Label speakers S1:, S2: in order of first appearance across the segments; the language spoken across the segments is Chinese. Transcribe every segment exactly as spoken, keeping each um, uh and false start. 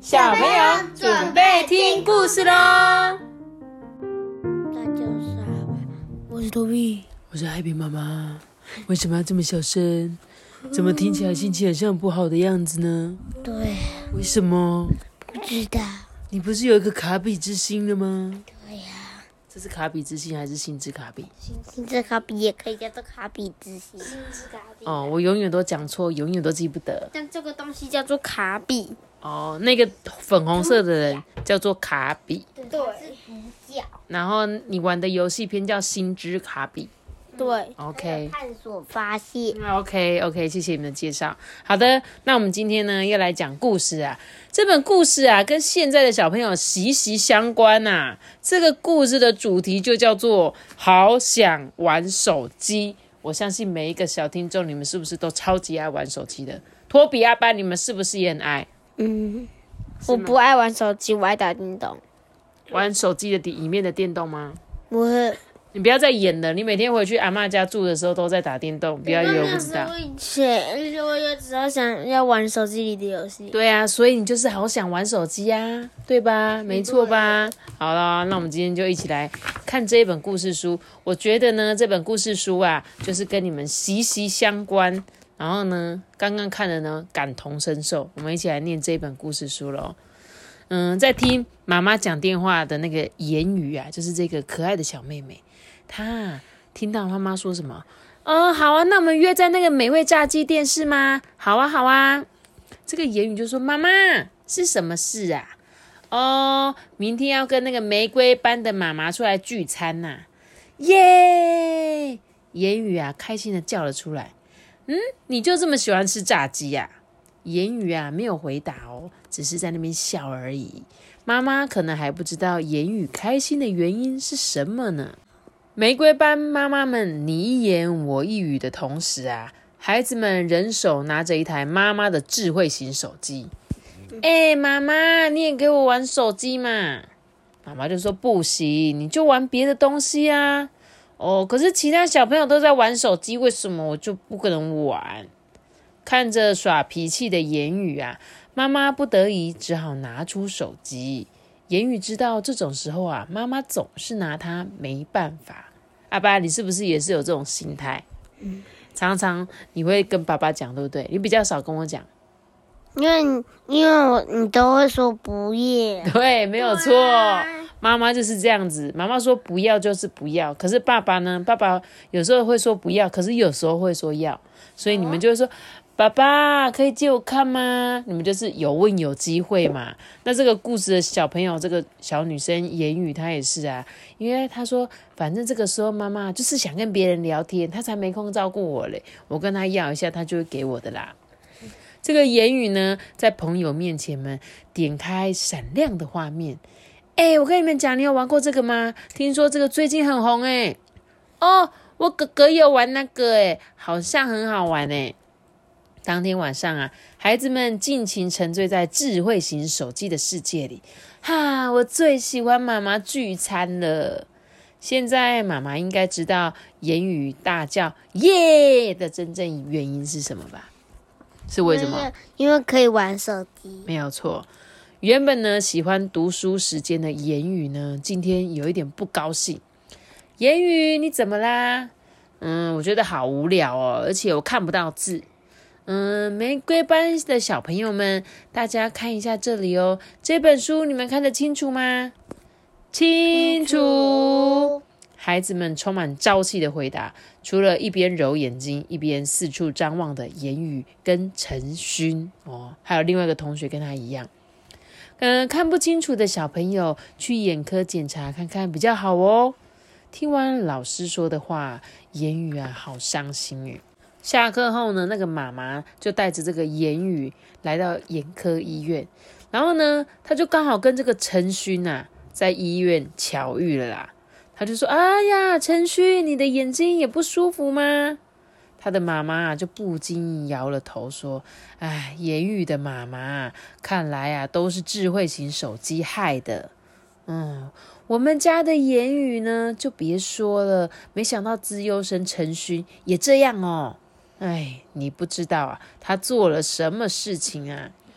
S1: 小朋友准备听故事咯。
S2: 大家好，我是托比，
S1: 我是海比妈妈。为什么要这么小声？怎么听起来心情很像不好的样子呢？
S2: 对，
S1: 为什么？
S2: 不知道。
S1: 你不是有一个卡比之心了吗？
S2: 对呀、啊，
S1: 这是卡比之心还是心之卡比？
S2: 心之卡比也可以叫做卡比之心。心之卡比。
S1: 哦，我永远都讲错，永远都记不得。
S2: 但这个东西叫做卡比。
S1: 哦，那个粉红色的人叫做卡比。
S2: 对，是主角。
S1: 然后你玩的游戏片叫心之卡比。
S2: 对
S1: ，OK，
S2: 探索发现
S1: ，OK OK， 谢谢你们的介绍。好的，那我们今天呢要来讲故事啊。这本故事啊跟现在的小朋友息息相关啊。这个故事的主题就叫做好想玩手机。我相信每一个小听众，你们是不是都超级爱玩手机的？托比、阿班，你们是不是也很爱？
S2: 嗯，我不爱玩手机，我爱打电动。
S1: 玩手机的里面的电动吗？
S2: 我。
S1: 你不要再演了，你每天回去阿嬷家住的时候都在打电动，不要以为我不知道。
S2: 我以前，我就只要想要玩手机里的游戏。
S1: 对啊，所以你就是好想玩手机啊，对吧？没错吧？好了，那我们今天就一起来看这一本故事书。我觉得呢，这本故事书啊，就是跟你们息息相关。然后呢，刚刚看的呢，感同身受。我们一起来念这一本故事书咯。嗯，在听妈妈讲电话的那个言语啊，就是这个可爱的小妹妹。他听到妈妈说什么？哦，好啊，那我们约在那个美味炸鸡店是吗？好啊，好啊。这个言语就说：“妈妈，是什么事啊？哦，明天要跟那个玫瑰班的妈妈出来聚餐呐、啊！耶！”言语啊，开心的叫了出来。嗯，你就这么喜欢吃炸鸡呀、啊？言语啊，没有回答哦，只是在那边笑而已。妈妈可能还不知道言语开心的原因是什么呢。玫瑰班妈妈们你一言我一语的同时啊，孩子们人手拿着一台妈妈的智慧型手机。哎、欸，妈妈，你也给我玩手机嘛？妈妈就说不行，你就玩别的东西啊。哦，可是其他小朋友都在玩手机，为什么我就不可能玩？看着耍脾气的言语啊，妈妈不得已只好拿出手机。言语知道这种时候啊，妈妈总是拿他没办法。阿爸，你是不是也是有这种心态？嗯，常常你会跟爸爸讲，对不对？你比较少跟我讲，
S2: 因为你因为我你都会说不要。
S1: 对，没有错。妈妈就是这样子，妈妈说不要就是不要。可是爸爸呢？爸爸有时候会说不要，可是有时候会说要，所以你们就会说。爸爸可以借我看吗？你们就是有问有机会嘛。那这个故事的小朋友，这个小女生言语她也是啊，因为她说反正这个时候妈妈就是想跟别人聊天，她才没空照顾我嘞，我跟她要一下她就会给我的啦。这个言语呢，在朋友面前们点开闪亮的画面。哎，我跟你们讲，你有玩过这个吗？听说这个最近很红哎。哦，我哥哥有玩那个哎，好像很好玩哎。当天晚上啊，孩子们尽情沉醉在智慧型手机的世界里。哈，我最喜欢妈妈聚餐了。现在妈妈应该知道言语大叫耶的真正原因是什么吧？是为什么？
S2: 因为可以玩手机。
S1: 没有错。原本呢喜欢读书时间的言语呢，今天有一点不高兴。言语，你怎么啦？嗯，我觉得好无聊哦，而且我看不到字。嗯，玫瑰班的小朋友们，大家看一下这里哦。这本书你们看得清楚吗？清楚。孩子们充满朝气的回答，除了一边揉眼睛一边四处张望的言语跟陈勋哦，还有另外一个同学跟他一样。嗯，看不清楚的小朋友去眼科检查看看比较好哦。听完老师说的话，言语啊，好伤心耶。下课后呢，那个妈妈就带着这个言语来到眼科医院，然后呢，他就刚好跟这个陈勋啊在医院巧遇了啦。他就说：“哎呀，陈勋，你的眼睛也不舒服吗？”他的妈妈啊就不禁摇了头说：“哎，言语的妈妈，看来啊都是智慧型手机害的。嗯，我们家的言语呢就别说了，没想到资优生陈勋也这样哦。哎，你不知道啊，他做了什么事情啊？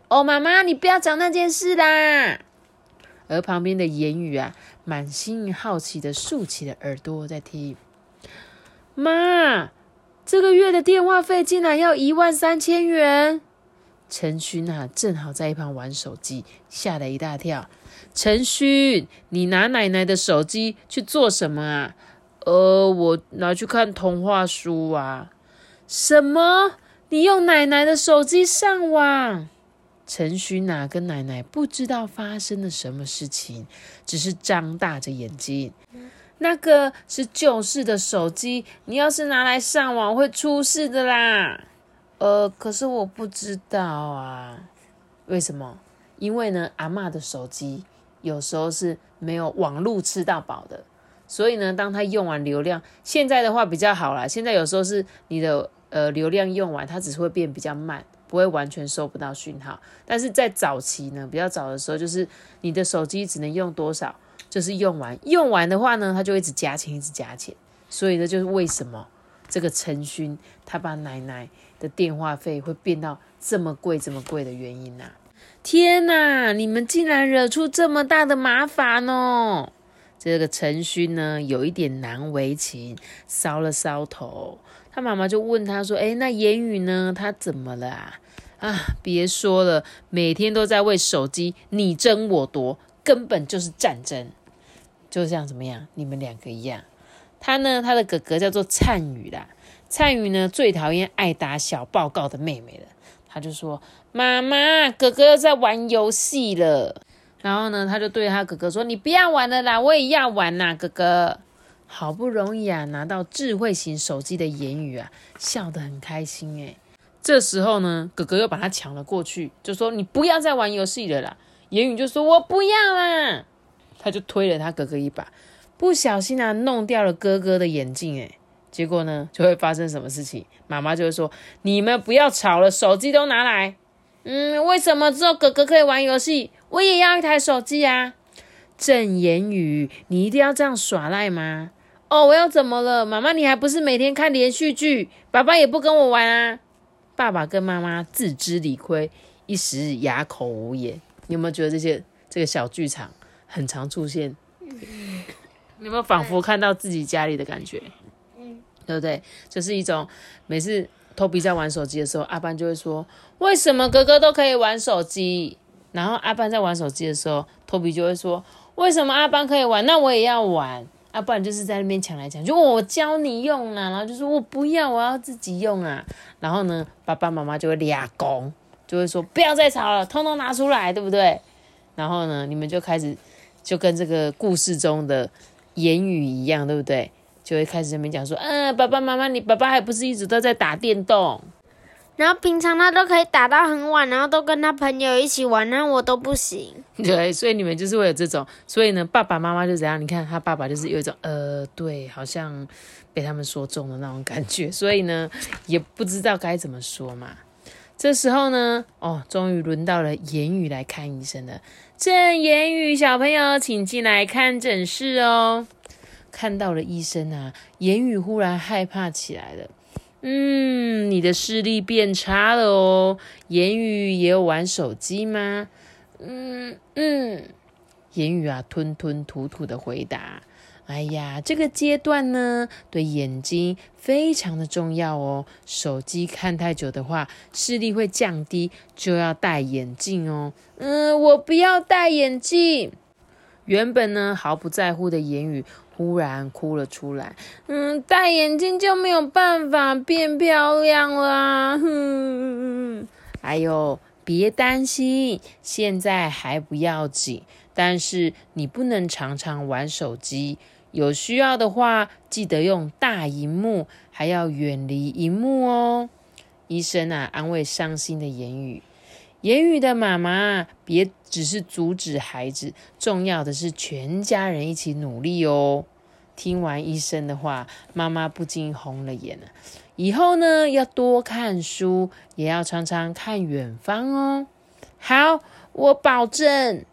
S1: 哦，妈妈，你不要讲那件事啦。而旁边的言语啊，满心好奇的竖起了耳朵在听。妈，这个月的电话费竟然要一万三千元。陈勋啊，正好在一旁玩手机，吓了一大跳。陈勋，你拿奶奶的手机去做什么啊？呃，我拿去看童话书啊。什么？你用奶奶的手机上网？陈勋啊，跟奶奶不知道发生了什么事情，只是张大着眼睛。那个是旧式的手机，你要是拿来上网会出事的啦。呃，可是我不知道啊。为什么？因为呢，阿嬷的手机有时候是没有网路吃到饱的，所以呢，当它用完流量，现在的话比较好啦。现在有时候是你的呃流量用完，它只是会变比较慢，不会完全收不到讯号。但是在早期呢，比较早的时候，就是你的手机只能用多少，就是用完，用完的话呢，它就一直加钱，一直加钱。所以呢，就是为什么这个陈勋他把奶奶的电话费会变到这么贵、这么贵的原因啊！天哪，你们竟然惹出这么大的麻烦哦！这个陈勋呢，有一点难为情，搔了搔头。他妈妈就问他说：“哎，那言语呢？他怎么了啊？”啊，别说了，每天都在为手机你争我夺，根本就是战争。就像怎么样，你们两个一样。他呢，他的哥哥叫做灿宇啦。灿宇呢，最讨厌爱打小报告的妹妹了。他就说：“妈妈，哥哥又在玩游戏了。”然后呢，他就对他哥哥说：“你不要玩了啦，我也要玩啦，哥哥。”好不容易啊，拿到智慧型手机的言语啊，笑得很开心诶。这时候呢，哥哥又把他抢了过去，就说：“你不要再玩游戏了啦。”言语就说：“我不要啦。”他就推了他哥哥一把，不小心啊，弄掉了哥哥的眼镜诶。结果呢，就会发生什么事情？妈妈就会说：“你们不要吵了，手机都拿来。”嗯，为什么只有哥哥可以玩游戏，我也要一台手机啊？郑言语，你一定要这样耍赖吗？哦，我要怎么了？妈妈，你还不是每天看连续剧，爸爸也不跟我玩啊。爸爸跟妈妈自知理亏，一时哑口无言。你有没有觉得这些这个小剧场很常出现？你有没有仿佛看到自己家里的感觉？对不对？就是一种每次托比在玩手机的时候，阿班就会说：“为什么哥哥都可以玩手机？”然后阿班在玩手机的时候，托比就会说：“为什么阿班可以玩？那我也要玩。”啊，不然就是在那边抢来抢去，就我教你用啊，然后就说我不要，我要自己用啊。然后呢，爸爸妈妈就会俩公，就会说不要再吵了，通通拿出来，对不对？然后呢，你们就开始就跟这个故事中的言语一样，对不对？就会开始在那边讲说，嗯，爸爸妈妈，你爸爸还不是一直都在打电动？
S2: 然后平常他都可以打到很晚，然后都跟他朋友一起玩，然后我都不行。
S1: 对，所以你们就是会有这种，所以呢，爸爸妈妈就怎样？你看他爸爸就是有一种呃，对，好像被他们说中的那种感觉，所以呢，也不知道该怎么说嘛。这时候呢，哦，终于轮到了言语来看医生了。郑言语小朋友，请进来看诊室哦。看到了医生啊，言语忽然害怕起来了。嗯，你的视力变差了哦。言语也有玩手机吗？嗯嗯，言语啊，吞吞吐吐的回答。哎呀，这个阶段呢，对眼睛非常的重要哦。手机看太久的话，视力会降低，就要戴眼镜哦。嗯，我不要戴眼镜。原本呢，毫不在乎的言语忽然哭了出来。嗯，戴眼镜就没有办法变漂亮啦。哼，哎呦，别担心，现在还不要紧。但是你不能常常玩手机，有需要的话，记得用大萤幕，还要远离萤幕哦。医生啊，安慰伤心的言语。言语的妈妈，别只是阻止孩子，重要的是全家人一起努力哦。听完医生的话，妈妈不禁红了眼了。以后呢，要多看书，也要常常看远方哦。好，我保证。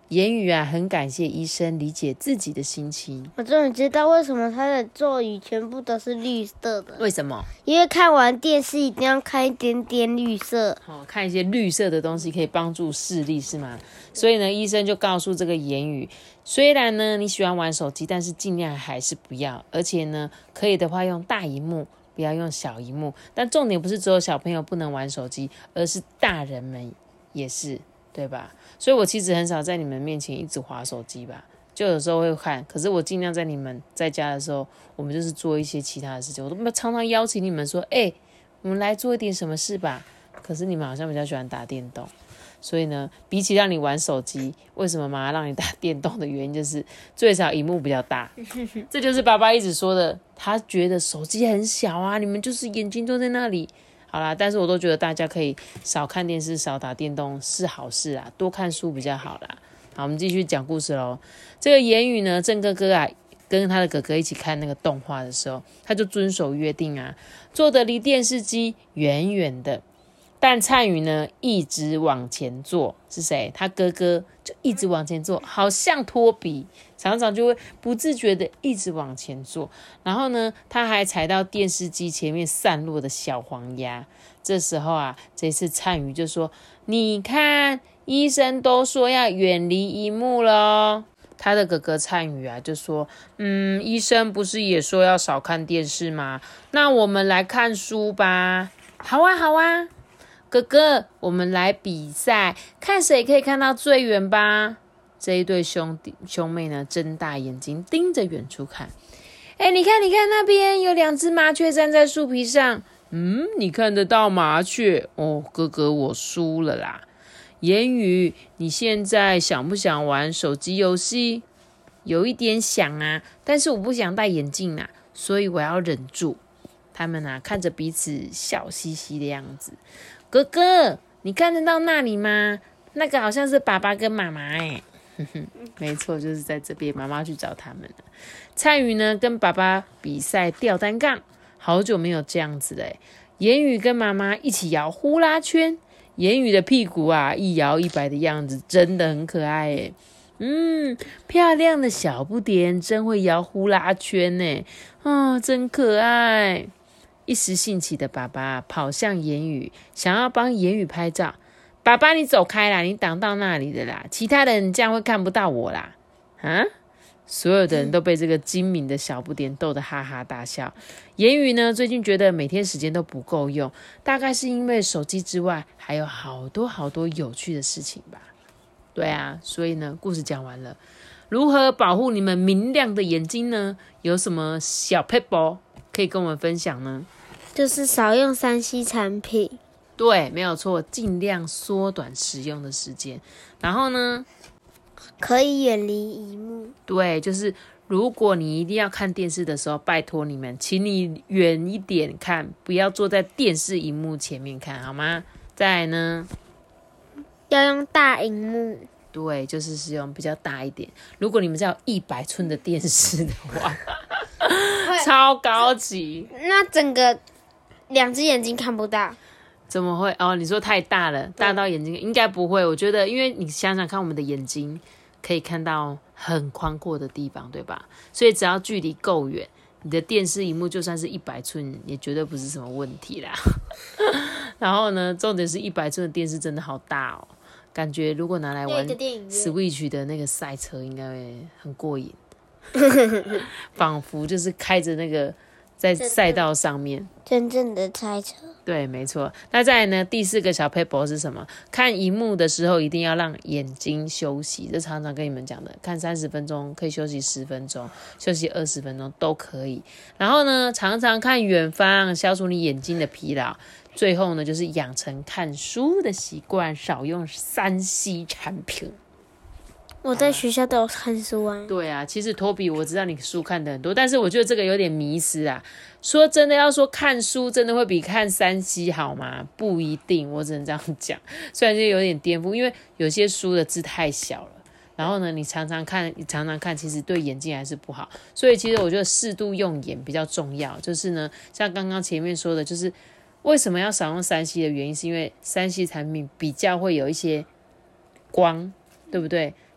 S1: 言语啊很感谢医生理解自己的心情。
S2: 我终于知道为什么他的座椅全部都是绿色的。
S1: 为什么？
S2: 因为看完电视一定要看一点点绿色。
S1: 哦，看一些绿色的东西可以帮助视力是吗？所以呢，医生就告诉这个言语，虽然呢你喜欢玩手机，但是尽量还是不要，而且呢可以的话用大萤幕，不要用小萤幕。但重点不是只有小朋友不能玩手机，而是大人们也是，对吧？所以我其实很少在你们面前一直滑手机吧，就有时候会看，可是我尽量在你们在家的时候，我们就是做一些其他的事情。我都常常邀请你们说，哎、欸，我们来做一点什么事吧。可是你们好像比较喜欢打电动，所以呢，比起让你玩手机，为什么妈妈让你打电动的原因就是最少萤幕比较大。这就是爸爸一直说的，他觉得手机很小啊，你们就是眼睛都在那里。好啦，但是我都觉得大家可以少看电视，少打电动是好事啊，多看书比较好啦。好，我们继续讲故事咯。这个言语呢，正哥哥啊，跟他的哥哥一起看那个动画的时候，他就遵守约定啊，坐得离电视机远远的。但灿宇呢，一直往前坐，是谁？他哥哥就一直往前坐，好像托比，常常就会不自觉的一直往前坐。然后呢，他还踩到电视机前面散落的小黄鸭。这时候啊，这次灿宇就说：“你看，医生都说要远离萤幕了。”他的哥哥灿宇啊，就说：“嗯，医生不是也说要少看电视吗？那我们来看书吧。”好啊，好啊。哥哥，我们来比赛，看谁可以看到最远吧。这一对兄弟兄妹呢，睁大眼睛盯着远处看。哎，你看，你看那边有两只麻雀站在树皮上。嗯，你看得到麻雀？哦，哥哥，我输了啦。言语，你现在想不想玩手机游戏？有一点想啊，但是我不想戴眼镜啊，所以我要忍住。他们啊，看着彼此笑嘻嘻的样子。哥哥，你看得到那里吗？那个好像是爸爸跟妈妈哎，没错，就是在这边，妈妈去找他们了。灿宇呢，跟爸爸比赛吊单杠，好久没有这样子了哎。言语跟妈妈一起摇呼啦圈，言语的屁股啊一摇一摆的样子，真的很可爱哎。嗯，漂亮的小不点，真会摇呼啦圈呢，哦，真可爱。一时兴起的爸爸跑向言语，想要帮言语拍照。爸爸，你走开啦，你挡到那里的啦，其他的人这样会看不到我啦。啊！所有的人都被这个精明的小不点逗得哈哈大笑。言语呢，最近觉得每天时间都不够用，大概是因为手机之外还有好多好多有趣的事情吧。对啊，所以呢，故事讲完了。如何保护你们明亮的眼睛呢？有什么小撇步可以跟我们分享呢？
S2: 就是少用 三 C 产品。
S1: 对，没有错，尽量缩短使用的时间。然后呢，
S2: 可以远离萤幕。
S1: 对，就是如果你一定要看电视的时候，拜托你们，请你远一点看，不要坐在电视萤幕前面看，好吗？再来呢，
S2: 要用大萤幕。
S1: 对，就是使用比较大一点。如果你们家有一百寸的电视的话，超高级，
S2: 那整个两只眼睛看不到。
S1: 怎么会？哦，你说太大了，大到眼睛应该不会。我觉得，因为你想想看，我们的眼睛可以看到很宽阔的地方，对吧？所以只要距离够远，你的电视萤幕就算是一百寸，也绝对不是什么问题啦。然后呢，重点是一百寸的电视真的好大哦，感觉如果拿来玩 Switch 的那个赛车，应该会很过瘾。仿佛就是开着那个在赛道上面
S2: 真正的赛车。
S1: 对，没错。那再来呢，第四个小撇步是什么？看荧幕的时候一定要让眼睛休息，这常常跟你们讲的，看三十分钟可以休息十分钟，休息二十分钟都可以。然后呢，常常看远方，消除你眼睛的疲劳。最后呢，就是养成看书的习惯，少用 三 C 产品。
S2: 我在学校都有看书啊。
S1: 对啊，其实托比我知道你书看的很多，但是我觉得这个有点迷思啊。说真的，要说看书真的会比看 三 C 好吗？不一定，我只能这样讲。虽然就有点颠覆，因为有些书的字太小了，然后呢，你常常看，你常常看，其实对眼睛还是不好。所以其实我觉得适度用眼比较重要。就是呢，像刚刚前面说的，就是为什么要少用 三 C 的原因，是因为 三 C 产品比较会有一些光，对不对？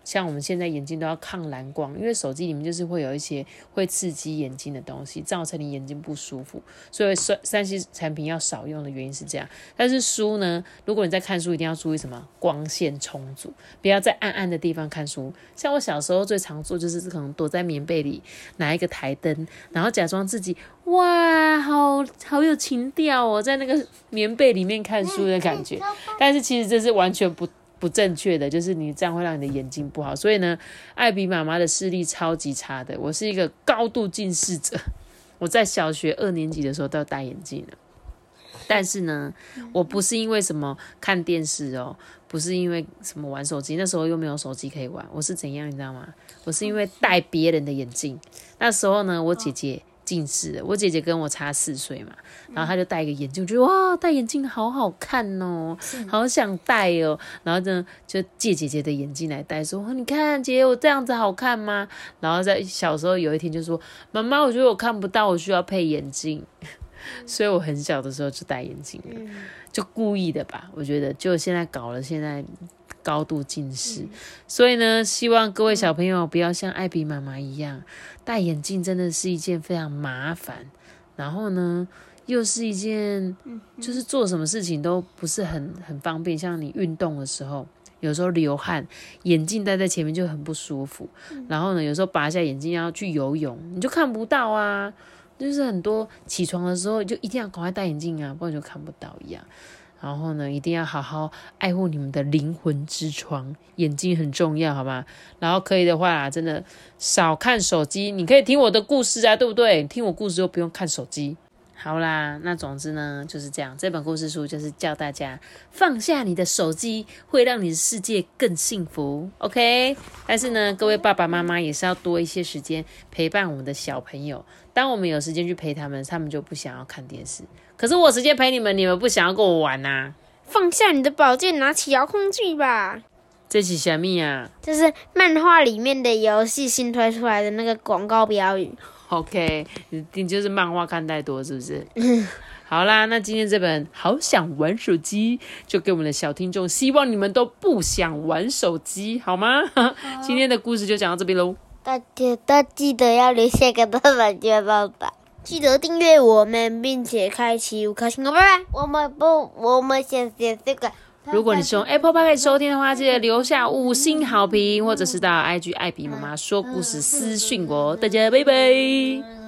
S1: 像我们现在眼睛都要抗蓝光，因为手机里面就是会有一些会刺激眼睛的东西，造成你眼睛不舒服，所以三 C 产品要少用的原因是这样。但是书呢，如果你在看书，一定要注意什么？光线充足，不要在暗暗的地方看书。像我小时候最常做就是可能躲在棉被里，拿一个台灯，然后假装自己哇，好好有情调哦，在那个棉被里面看书的感觉。但是其实这是完全不不正确的，就是你这样会让你的眼睛不好。所以呢，艾比妈妈的视力超级差的，我是一个高度近视者。我在小学二年级的时候都要戴眼镜了。但是呢，我不是因为什么看电视哦，不是因为什么玩手机，那时候又没有手机可以玩。我是怎样，你知道吗？我是因为戴别人的眼镜。那时候呢，我姐姐近视了，我姐姐跟我差四岁嘛，然后她就戴一个眼镜，我觉得哇，戴眼镜好好看哦，好想戴哦。然后呢，就借姐姐的眼镜来戴，说你看姐姐我这样子好看吗？然后在小时候有一天就说，妈妈，我觉得我看不到，我需要配眼镜。所以我很小的时候就戴眼镜了，就故意的吧，我觉得就现在搞了，现在高度近视。所以呢，希望各位小朋友不要像艾比妈妈一样，戴眼镜真的是一件非常麻烦，然后呢又是一件就是做什么事情都不是很很方便，像你运动的时候有时候流汗，眼镜戴在前面就很不舒服，然后呢有时候拔下眼镜要去游泳，你就看不到啊，就是很多起床的时候就一定要赶快戴眼镜啊，不然就看不到一样。然后呢，一定要好好爱护你们的灵魂之窗，眼睛很重要，好吗？然后可以的话啊，真的少看手机。你可以听我的故事啊，对不对？听我故事又不用看手机。好啦，那总之呢就是这样，这本故事书就是教大家放下你的手机，会让你的世界更幸福 OK。 但是呢，各位爸爸妈妈也是要多一些时间陪伴我们的小朋友，当我们有时间去陪他们，他们就不想要看电视，可是我有时间陪你们，你们不想要跟我玩啊。
S2: 放下你的宝剑，拿起遥控器吧。
S1: 这是什么啊？
S2: 这是漫画里面的游戏新推出来的那个广告标语。
S1: OK， 你就是漫画看太多是不是？好啦，那今天这本好想玩手机就给我们的小听众，希望你们都不想玩手机好吗？今天的故事就讲到这边咯，
S2: 大家都记得要留下个大大节报吧，记得订阅我们并且开启五颗星哦，拜拜。我们不我们先写这个，
S1: 如果你是用 Apple Podcast 收听的话，记得留下五星好评，或者是到 I G 艾比妈妈说故事私讯我，大家拜拜。